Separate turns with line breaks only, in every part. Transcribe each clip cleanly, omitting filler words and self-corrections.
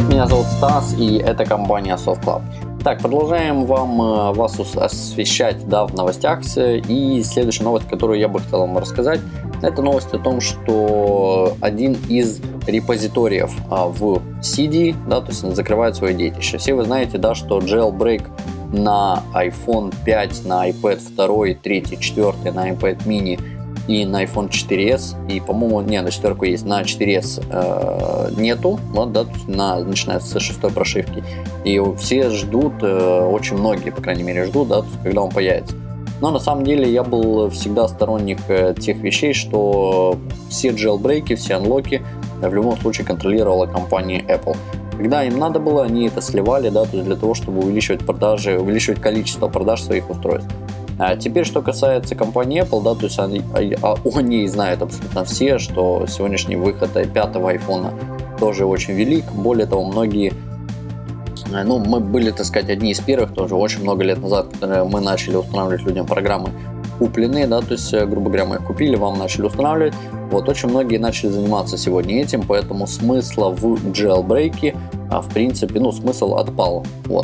Привет, меня зовут Стас, и это компания SoftClub. Так, продолжаем вас освещать в новостях. И следующая новость, которую я бы хотел вам рассказать, это новость о том, что один из репозиториев в CD, то есть закрывает свое детище. Все вы знаете, что jailbreak на iPhone 5, на iPad 2, 3, 4, на iPad mini и на iPhone 4s, и, по-моему, на 4 есть, на 4s нету, начиная с 6 прошивки. И все ждут, очень многие, по крайней мере, ждут, когда он появится. Но на самом деле я был всегда сторонник тех вещей, что все джейлбрейки, все анлоки в любом случае контролировала компания Apple. Когда им надо было, они это сливали, то есть для того, чтобы увеличивать продажи, увеличивать количество продаж своих устройств. А теперь, что касается компании Apple, то есть о ней знают абсолютно все, что сегодняшний выход 5-го iPhone тоже очень велик. Более того, многие, мы были, одни из первых тоже очень много лет назад, когда мы начали устанавливать людям программы купленные, то есть, грубо говоря, мы их купили, вам начали устанавливать. Очень многие начали заниматься сегодня этим, поэтому смысла в джейлбрейке, в принципе, смысл отпал.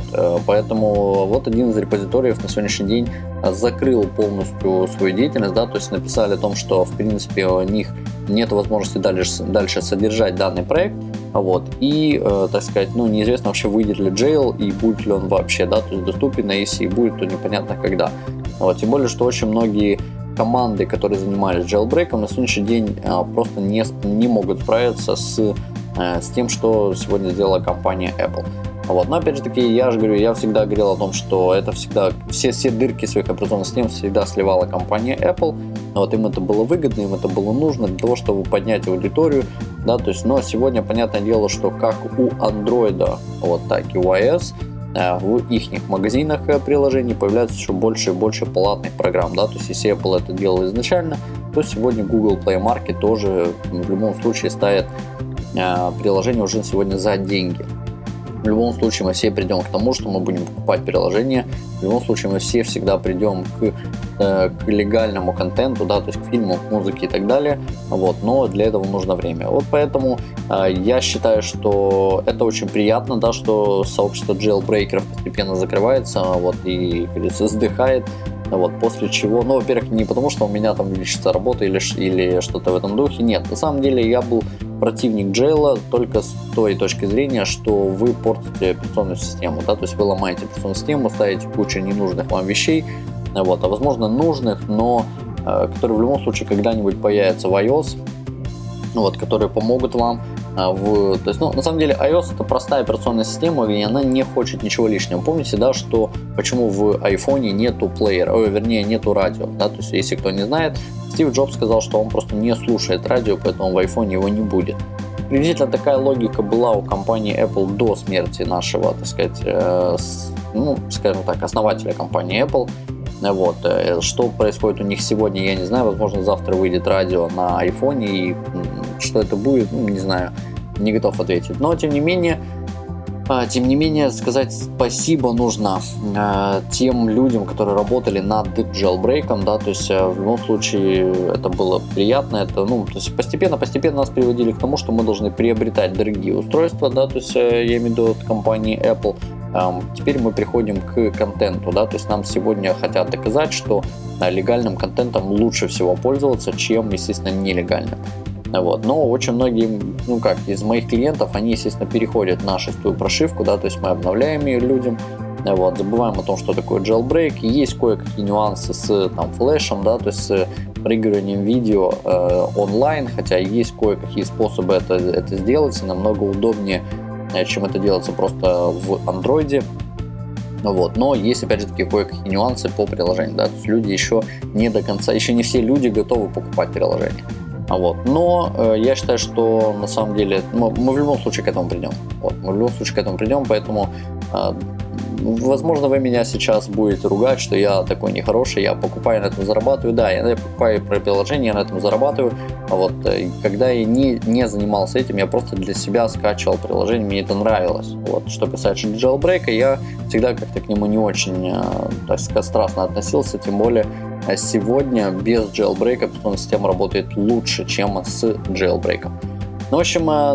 Поэтому один из репозиториев на сегодняшний день закрыл полностью свою деятельность, то есть написали о том, что, в принципе, у них нет возможности дальше содержать данный проект, и, неизвестно вообще, выйдет ли джейл и будет ли он вообще, то есть доступен, а если и будет, то непонятно когда. Тем более, что очень многие команды, которые занимались джейлбрейком, на сегодняшний день просто не могут справиться с тем, что сегодня сделала компания Apple. Но опять же таки, я всегда говорил о том, что это всегда, все дырки своих операционных систем всегда сливала компания Apple. Им это было выгодно, им это было нужно для того, чтобы поднять аудиторию. То есть, но сегодня, понятное дело, что как у Android, так и у iOS, в их магазинах приложений появляется еще больше и больше платных программ. То есть, если Apple это делал изначально, то сегодня Google Play Market тоже в любом случае ставит приложение уже сегодня за деньги. В любом случае мы все придем к тому, что мы будем покупать приложение. В любом случае мы все всегда придем к легальному контенту, то есть к фильму, к музыке и так далее. Но для этого нужно время. Поэтому я считаю, что это очень приятно, что сообщество джейлбрейкеров постепенно закрывается, и, как говорится, сдыхает. После чего, во-первых, не потому, что у меня там увеличится работа или что-то в этом духе. Нет, на самом деле я был противник джейла только с той точки зрения, что вы портите операционную систему, то есть вы ломаете операционную систему, ставите кучу ненужных вам вещей, а возможно нужных, но которые в любом случае когда-нибудь появятся в iOS, которые помогут вам. То есть, на самом деле iOS это простая операционная система, и она не хочет ничего лишнего. Помните, что почему в iPhone нету плеера, нету радио, то есть, если кто не знает, Стив Джобс сказал, что он просто не слушает радио, поэтому в iPhone его не будет. Приблизительно такая логика была у компании Apple до смерти нашего, скажем так, основателя компании Apple. Что происходит у них сегодня, я не знаю. Возможно, завтра выйдет радио на iPhone, и что это будет, не знаю, не готов ответить. Но, тем не менее, сказать спасибо нужно тем людям, которые работали над джейлбрейком, то есть в любом случае это было приятно, то есть постепенно нас приводили к тому, что мы должны приобретать дорогие устройства, то есть я имею в виду от компании Apple. Теперь мы приходим к контенту, то есть нам сегодня хотят доказать, что легальным контентом лучше всего пользоваться, чем, естественно, нелегальным. Но очень многие, из моих клиентов, они, естественно, переходят на 6-ю прошивку, то есть мы обновляем ее людям, забываем о том, что такое jailbreak, и есть кое-какие нюансы с флешем, то есть с проигрыванием видео онлайн, хотя есть кое-какие способы это сделать, и намного удобнее, чем это делается просто в Android. Но есть, опять же таки, кое-какие нюансы по приложению, то есть люди еще не все люди готовы покупать приложение. Но я считаю, что на самом деле мы в любом случае к этому придем. Поэтому возможно, вы меня сейчас будете ругать, что я такой нехороший, я покупаю, на этом зарабатываю. Да, я покупаю приложение, я на этом зарабатываю. Когда я не занимался этим, я просто для себя скачивал приложение, мне это нравилось. Что касается jailbreak, я всегда как-то к нему не очень, страстно относился, тем более сегодня без jailbreak операционная система работает лучше, чем с jailbreak. В общем,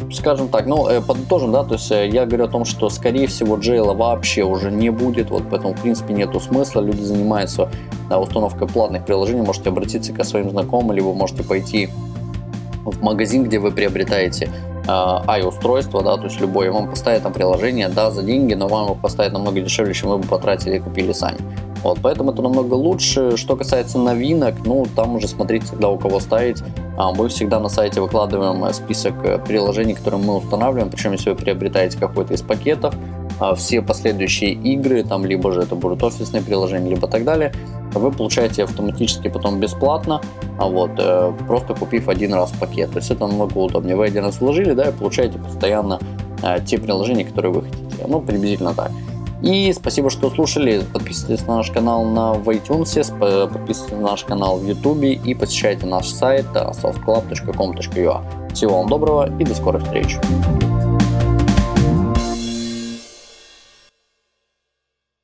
скажем так, подытожим, да, то есть я говорю о том, что скорее всего JL вообще уже не будет, вот поэтому в принципе нету смысла, люди занимаются установкой платных приложений, можете обратиться к своим знакомым, либо можете пойти в магазин, где вы приобретаете i-устройство, да, то есть любое, вам поставят там приложение, да, за деньги, но вам его поставят намного дешевле, чем вы бы потратили и купили сами. Вот, поэтому это намного лучше. Что касается новинок, там уже смотрите, когда у кого ставить. Мы всегда на сайте выкладываем список приложений, которые мы устанавливаем, причем если вы приобретаете какой-то из пакетов, все последующие игры, там либо же это будут офисные приложения, либо так далее, вы получаете автоматически потом бесплатно, просто купив один раз пакет. То есть это намного удобнее. Вы один раз вложили, да, и получаете постоянно те приложения, которые вы хотите. Приблизительно так. И спасибо, что слушали. Подписывайтесь на наш канал в iTunes, подписывайтесь на наш канал в YouTube и посещайте наш сайт softclub.com.ua. Всего вам доброго и до скорых встреч.